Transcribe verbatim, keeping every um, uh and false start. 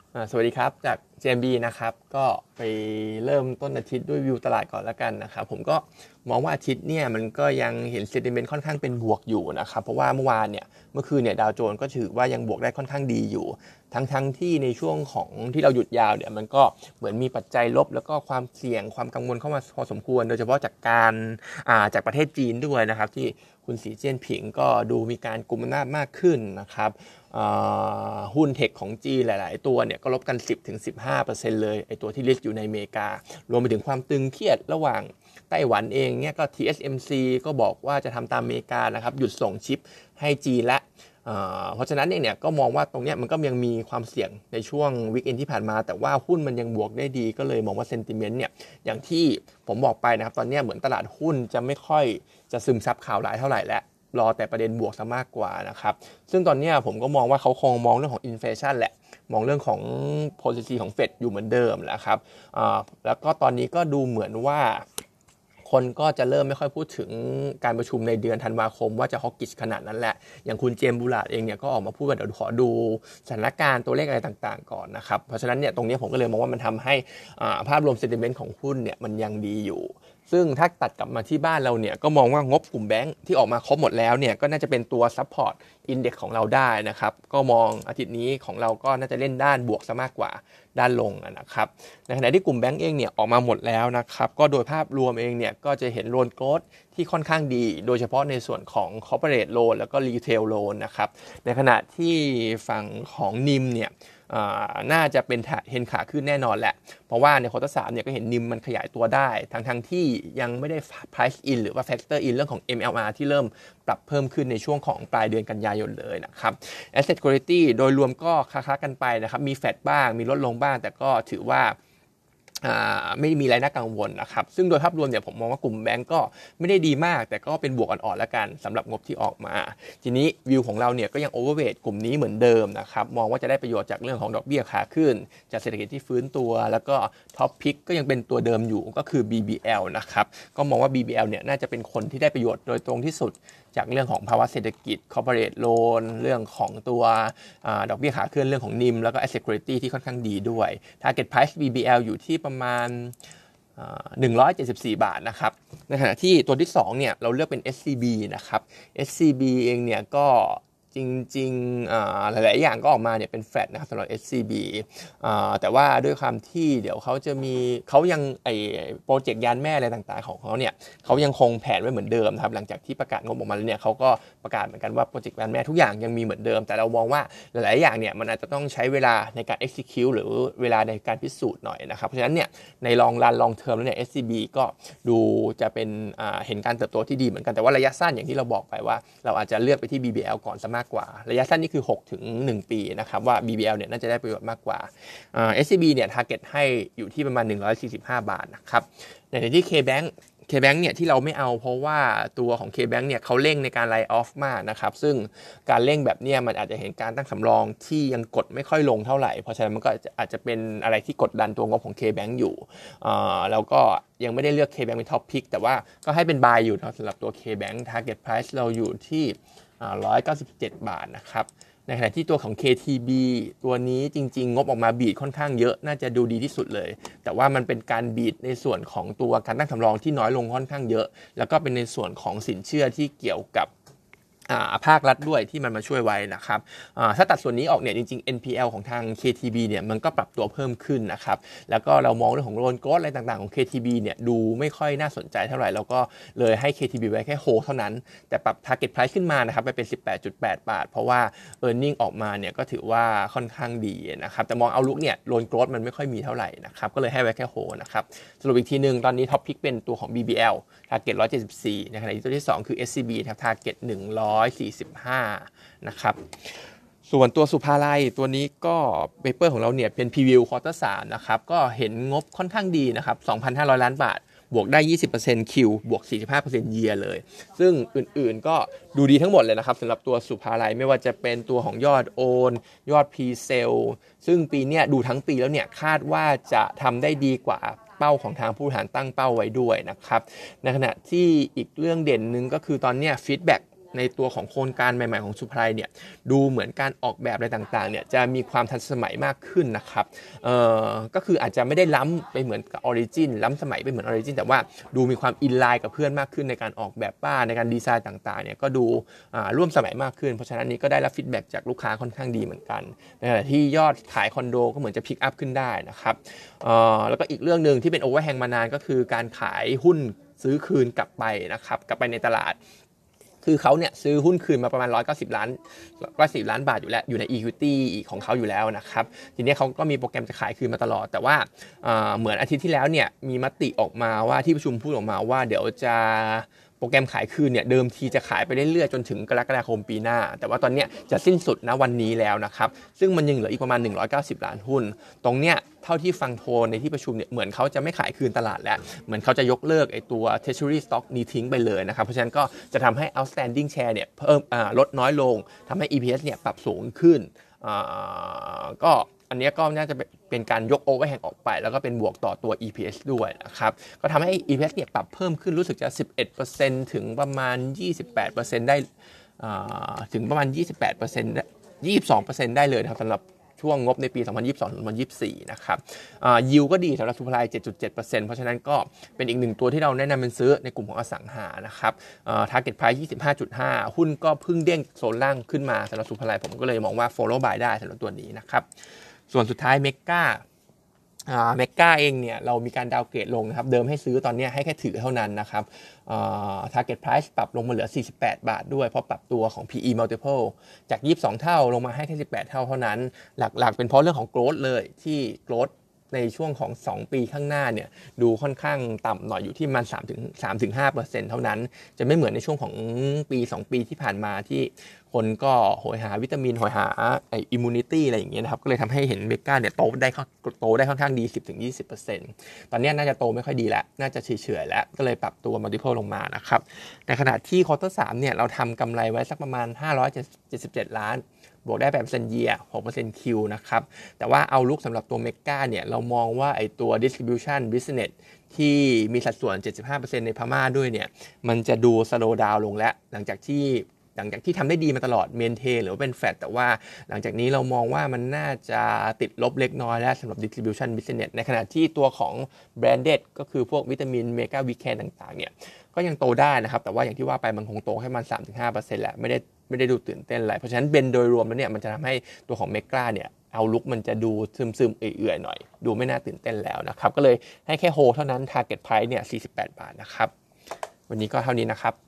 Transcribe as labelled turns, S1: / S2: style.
S1: อ่าสวัสดีครับจาก เจ เอ็ม บี นะครับก็ไปเริ่มต้นอาทิตย์ด้วยวิวตลาดก่อนแล้วกันนะครับผมก็มองว่าอาทิตย์เนี่ยมันก็ยังเห็น sentiment ค่อนข้างเป็นบวกอยู่นะครับเพราะว่าเมื่อวานเนี่ยเมื่อคืนเนี่ยดาวโจนส์ก็ถือว่ายังบวกได้ค่อนข้างดีอยู่ทั้งทั้งที่ในช่วงของที่เราหยุดยาวเนี่ยมันก็เหมือนมีปัจจัยลบแล้วก็ความเสี่ยงความกังวลเข้ามาพอสมควรโดยเฉพาะจากการอ่าจากประเทศจีนด้วยนะครับที่คุณสีเจี้ยนผิงก็ดูมีการกุมอำนาจมากขึ้นนะครับหุ้นเทคของจีนหลายๆตัวเนี่ยก็ลบกัน สิบถึงสิบห้าเปอร์เซ็นต์ เลยไอตัวที่ลิสต์อยู่ในอเมริการวมไปถึงความตึงเครียดระหว่างไต้หวันเองเนี่ยก็ ที เอส เอ็ม ซี ก็บอกว่าจะทำตามอเมริกานะครับหยุดส่งชิปให้จีนและเพราะฉะนั้นเองเนี่ยก็มองว่าตรงนี้มันก็ยังมีความเสี่ยงในช่วงวีคเอนด์ที่ผ่านมาแต่ว่าหุ้นมันยังบวกได้ดีก็เลยมองว่าเซนติเมนต์เนี่ยอย่างที่ผมบอกไปนะครับตอนนี้เหมือนตลาดหุ้นจะไม่ค่อยจะซึมซับข่าวร้ายเท่าไหร่แล้วรอแต่ประเด็นบวกซะมากกว่านะครับซึ่งตอนนี้ผมก็มองว่าเขาคงมองเรื่องของอินเฟลชันแหละมองเรื่องของ policy ของเฟดอยู่เหมือนเดิมแหละครับแล้วก็ตอนนี้ก็ดูเหมือนว่าคนก็จะเริ่มไม่ค่อยพูดถึงการประชุมในเดือนธันวาคมว่าจะฮอกกิชขนาดนั้นแหละอย่างคุณเจมส์บูลาร์ดเองเนี่ยก็ออกมาพูดว่าเดี๋ยวขอดูสถานการณ์ตัวเลขอะไรต่างๆก่อนนะครับเพราะฉะนั้นเนี่ยตรงนี้ผมก็เลยมองว่ามันทำให้ภาพรวมเซนติเมนต์ของหุ้นเนี่ยมันยังดีอยู่ซึ่งถ้าตัดกลับมาที่บ้านเราเนี่ยก็มองว่างบกลุ่มแบงค์ที่ออกมาครบหมดแล้วเนี่ยก็น่าจะเป็นตัวซัพพอร์ตอินเด็กซ์ของเราได้นะครับก็มองอาทิตย์นี้ของเราก็น่าจะเล่นด้านบวกซะมากกว่าด้านลงนะครับในขณะที่กลุ่มแบงค์เองเนี่ยออกมาหมดแล้วนะครับก็โดยภาพรวมเองเนี่ยก็จะเห็นโลนโกรทที่ค่อนข้างดีโดยเฉพาะในส่วนของ corporate loan แล้วก็ retail loan นะครับในขณะที่ฝั่งของ นิม เนี่ยน่าจะเป็นเห็นขาขึ้นแน่นอนแหละเพราะว่าในควอเตอร์สามเนี่ยก็เห็นนิมมันขยายตัวได้ทั้งทั้งที่ยังไม่ได้ price in หรือว่า factor in เรื่องของ เอ็ม แอล อาร์ ที่เริ่มปรับเพิ่มขึ้นในช่วงของปลายเดือนกันยายนเลยนะครับ asset quality โดยรวมก็คล้าๆกันไปนะครับมีแฟดบ้างมีลดลงบ้างแต่ก็ถือว่าไม่มีอะไรน่ากังวลนะครับซึ่งโดยภาพรวมเนี่ยผมมองว่ากลุ่มแบงก์ก็ไม่ได้ดีมากแต่ก็เป็นบวกอ่อนๆแล้วกันสำหรับงบที่ออกมาทีนี้วิวของเราเนี่ยก็ยังโอเวอร์เวทกลุ่มนี้เหมือนเดิมนะครับมองว่าจะได้ประโยชน์จากเรื่องของดอกเบี้ยขาขึ้นจากเศรษฐกิจที่ฟื้นตัวแล้วก็ท็อปพิกก็ยังเป็นตัวเดิมอยู่ก็คือ บี บี แอล นะครับก็มองว่า บี บี แอล เนี่ยน่าจะเป็นคนที่ได้ประโยชน์โดยตรงที่สุดจากเรื่องของภาวะเศรษฐกิจ corporate loan เรื่องของตัวดอกเบี้ยขาขึ้นเรื่องของ นิม แล้วก็ asset quality ที่ค่อนข้างดีด้วย target price บี บี แอล อยู่ที่ประมาณหนึ่งร้อยเจ็ดสิบสี่บาทนะครับในขณะที่ตัวที่สองเนี่ยเราเลือกเป็น เอส ซี บี นะครับ เอส ซี บี เองเนี่ยก็จริงๆหลายๆอย่างก็ออกมาเนี่ยเป็นแฟลตนะครับสำหรับ เอส ซี บี แต่ว่าด้วยความที่เดี๋ยวเขาจะมีเขายังไอโปรเจกต์ยานแม่อะไรต่างๆของเขาเนี่ยเขายังคงแผนไว้เหมือนเดิมครับหลังจากที่ประกาศงบออกมาแล้วเนี่ยเขาก็ประกาศเหมือนกันว่าโปรเจกต์ยานแม่ทุกอย่างยังมีเหมือนเดิมแต่เรามองว่าหลายๆอย่างเนี่ยมันอาจจะต้องใช้เวลาในการ execute หรือเวลาในการพิสูจน์หน่อยนะครับเพราะฉะนั้นเนี่ยในลองรันลองเทอมแล้วเนี่ย เอส ซี บี ก็ดูจะเป็นเห็นการเติบโตที่ดีเหมือนกันแต่ว่าระยะสั้นอย่างที่เราบอกไปว่าเราอาจจะเลือกไปที่ บี บี แอล ก่อนซะมากกว่าระยะสั้นนี่คือหกถึงหนึ่งปีนะครับว่า บี บี แอล เนี่ยน่าจะได้ประโยชน์มากกว่า เอส ซี บี เนี่ย target ให้อยู่ที่ประมาณหนึ่งร้อยสี่สิบห้าบาทนะครับในขณะที่ K-Bank K-Bank เนี่ยที่เราไม่เอาเพราะว่าตัวของ K-Bank เนี่ยเขาเร่งในการ lay off มากนะครับซึ่งการเร่งแบบนี้มันอาจจะเห็นการตั้งสำรองที่ยังกดไม่ค่อยลงเท่าไหร่เพราะฉะนั้นมันก็อาจจะเป็นอะไรที่กดดันตัวงบของ K-Bank อยู่แล้วก็ยังไม่ได้เลือก K-Bank เป็น top pick แต่ว่าก็ให้เป็น buy อยู่สำหรับตัว K-Bank target price เราอยู่ที่หนึ่งร้อยเก้าสิบเจ็ดบาทนะครับในขณะที่ตัวของ เค ที บี ตัวนี้จริงๆงบออกมาบีทค่อนข้างเยอะน่าจะดูดีที่สุดเลยแต่ว่ามันเป็นการบีทในส่วนของตัวการตั้งสำรองที่น้อยลงค่อนข้างเยอะแล้วก็เป็นในส่วนของสินเชื่อที่เกี่ยวกับภาครัฐด้วยที่มันมาช่วยไว้นะครับถ้าตัดส่วนนี้ออกเนี่ยจริงๆ เอ็น พี แอล ของทาง เค ที บี เนี่ยมันก็ปรับตัวเพิ่มขึ้นนะครับแล้วก็เรามองเรื่องของโลนโกรทอะไรต่างๆของ เค ที บี เนี่ยดูไม่ค่อยน่าสนใจเท่าไหร่แล้วก็เลยให้ เค ที บี ไว้แค่โฮเท่านั้นแต่ปรับ target price ขึ้นมานะครับไปเป็น สิบแปดจุดแปดบาทเพราะว่า earning ออกมาเนี่ยก็ถือว่าค่อนข้างดีนะครับแต่มองเอาลุกเนี่ยโลนโกรทมันไม่ค่อยมีเท่าไหร่นะครับก็เลยให้ไว้แค่โฮนะครับสรุปอีกทีนึงตอนนี้ท็อปพิกเป็นตัวของ บี บี แอล target หนึ่งร้อยเจ็ดสิบสี่ในขณะที่ตัวที่สองคือ เอส ซี บี ครับ target หนึ่งร้อยสี่สิบห้านะครับส่วนตัวสุภาลัยตัวนี้ก็เปเปอร์ของเราเนี่ยเป็นพรีวิวควอเตอร์สามนะครับก็เห็นงบค่อนข้างดีนะครับ สองพันห้าร้อย ล้านบาทบวกได้ ยี่สิบเปอร์เซ็นต์ Q บวก สี่สิบห้าเปอร์เซ็นต์ Year เลยซึ่งอื่นๆก็ดูดีทั้งหมดเลยนะครับสำหรับตัวสุภาลัยไม่ว่าจะเป็นตัวของยอดโอนยอด Pre-sale ซึ่งปีนี้ดูทั้งปีแล้วเนี่ยคาดว่าจะทำได้ดีกว่าเป้าของทางผู้บริหารตั้งเป้าไว้ด้วยนะครับในขณะที่อีกเรื่องเด่นนึงก็คือตอนนี้ฟีดแบ็กในตัวของโครงการใหม่ๆของสุภไลเนี่ยดูเหมือนการออกแบบอะไรต่างๆเนี่ยจะมีความทันสมัยมากขึ้นนะครับเอ่อก็คืออาจจะไม่ได้ล้ำไปเหมือนกับออริจินล้ำสมัยไปเหมือนออริจินแต่ว่าดูมีความอินไลน์กับเพื่อนมากขึ้นในการออกแบบบ้านในการดีไซน์ต่างๆเนี่ยก็ดูร่วมสมัยมากขึ้นเพราะฉะนั้นนี้ก็ได้รับฟีดแบ็กจากลูกค้าค่อนข้างดีเหมือนกันที่ยอดขายคอนโดก็เหมือนจะพิกอัพขึ้นได้นะครับแล้วก็อีกเรื่องนึงที่เป็นโอเวอร์แฮงมานานก็คือการขายหุ้นซื้อคืนกลับไปนะครับกลับไปในตลาดคือเขาเนี่ยซื้อหุ้นคืนมาประมาณหนึ่งร้อยเก้าสิบล้านก็สิบล้านบาทอยู่แล้วอยู่ใน Equity ของเขาอยู่แล้วนะครับทีนี้เขาก็มีโปรแกรมจะขายคืนมาตลอดแต่ว่าเหมือนอาทิตย์ที่แล้วเนี่ยมีมติออกมาว่าที่ประชุมพูดออกมาว่าเดี๋ยวจะโปรแกรมขายคืนเนี่ยเดิมทีจะขายไปเรื่อยๆจนถึงกรกฎาคมปีหน้าแต่ว่าตอนนี้จะสิ้นสุดณวันนี้แล้วนะครับซึ่งมันยังเหลืออีกประมาณหนึ่งร้อยเก้าสิบล้านหุ้นตรงเนี้ยเท่าที่ฟังโทนในที่ประชุมเนี่ยเหมือนเขาจะไม่ขายคืนตลาดแล้วเหมือนเขาจะยกเลิกไอ้ตัว Treasury Stock นี้ทิ้งไปเลยนะครับเพราะฉะนั้นก็จะทำให้ outstanding share เนี่ยเพิ่มลดน้อยลงทำให้ อี พี เอส เนี่ยปรับสูงขึ้นก็อันนี้ก็น่าจะเป็นการยกโอเวอร์แฮงออกไปแล้วก็เป็นบวกต่อตัว อี พี เอส ด้วยนะครับก็ทำให้ อี พี เอส เนี่ยปรับเพิ่มขึ้นรู้สึกจะ สิบเอ็ดเปอร์เซ็นต์ ถึงประมาณ ยี่สิบแปดเปอร์เซ็นต์ ได้ถึงประมาณ ยี่สิบแปดเปอร์เซ็นต์ ยี่สิบสองเปอร์เซ็นต์ ได้เลยนะครับสำหรับช่วงงบในปี สองพันยี่สิบสอง ถึง สองพันยี่สิบสี่ นะครับยิวก็ดีสำหรับสุภไล เจ็ดจุดเจ็ดเปอร์เซ็นต์ เพราะฉะนั้นก็เป็นอีกหนึ่งตัวที่เราแนะนำเป็นซื้อในกลุ่มของอสังหานะครับ target price ยี่สิบห้าจุดห้า หุ้นก็เพิ่งเด้งโซนล่างขึ้นมาสำหรับสุภไลผมก็เลยมองว่า follow buy ได้สำหรับตัวนี้นะครับส่วนสุดท้ายเมกาอ่าเมกาเองเนี่ยเรามีการดาวเกรดลงนะครับเดิมให้ซื้อตอนนี้ให้แค่ถือเท่านั้นนะครับอ่า target price ปรับลงมาเหลือสี่สิบแปดบาทด้วยเพราะปรับตัวของ พี อี multiple จากยี่สิบสองเท่าลงมาให้แค่สิบแปดเท่าเท่านั้นหลักๆเป็นเพราะเรื่องของ growth เลยที่ growth ในช่วงของสองปีข้างหน้าเนี่ยดูค่อนข้างต่ำหน่อยอยู่ที่ประมาณสามถึงสามถึงห้าเปอร์เซ็นต์ เท่านั้นจะไม่เหมือนในช่วงของปีสองปีที่ผ่านมาที่คนก็โหยหาวิตามินโหยหาไอ้อิมมูนิตี้อะไรอย่างเงี้ยนะครับก็เลยทำให้เห็นเมกาเนี่ยโตได้โตได้ค่อนข้างดี สิบถึงยี่สิบเปอร์เซ็นต์ ตอนนี้น่าจะโตไม่ค่อยดีแล้วน่าจะเฉยๆแล้วก็เลยปรับตัว multiple ลงมานะครับในขณะที่ควอเตอร์สามเนี่ยเราทำกำไรไว้สักประมาณห้าร้อยเจ็ดสิบเจ็ดล้านบวกได้ แปดเปอร์เซ็นต์ year หกเปอร์เซ็นต์ Q นะครับแต่ว่าเอาลุกสำหรับตัวเมกาเนี่ยเรามองว่าไอ้ตัว distribution business ที่มีสัดส่วน เจ็ดสิบห้าเปอร์เซ็นต์ ในพม่าด้วยเนี่ยมันจะดู slow down ลงแล้วหลังจากที่หลังจากที่ทำได้ดีมาตลอดเมนเทนหรือว่าเป็นแฟลตแต่ว่าหลังจากนี้เรามองว่ามันน่าจะติดลบเล็กน้อยแล้วสำหรับ distribution business ในขณะที่ตัวของ branded ก็คือพวกวิตามินเมกาวีแคนต่างๆเนี่ยก็ยังโตได้นะครับแต่ว่าอย่างที่ว่าไปมันคงโตแค่มัน สามถึงห้าเปอร์เซ็นต์ แหละไม่ได้ไม่ได้ดูตื่นเต้นอะไรเพราะฉะนั้นเบนโดยรวมแล้วเนี่ยมันจะทำให้ตัวของเมกาเนี่ยเอาลุกมันจะดูซึมๆเอื่อยๆหน่อยดูไม่น่าตื่นเต้นแล้วนะครับก็เลยให้แค่โฮเท่านั้น target price เนี่ยสี่สิบแปดบาทนะครับวันนี้ก็เท่านี้นะครับ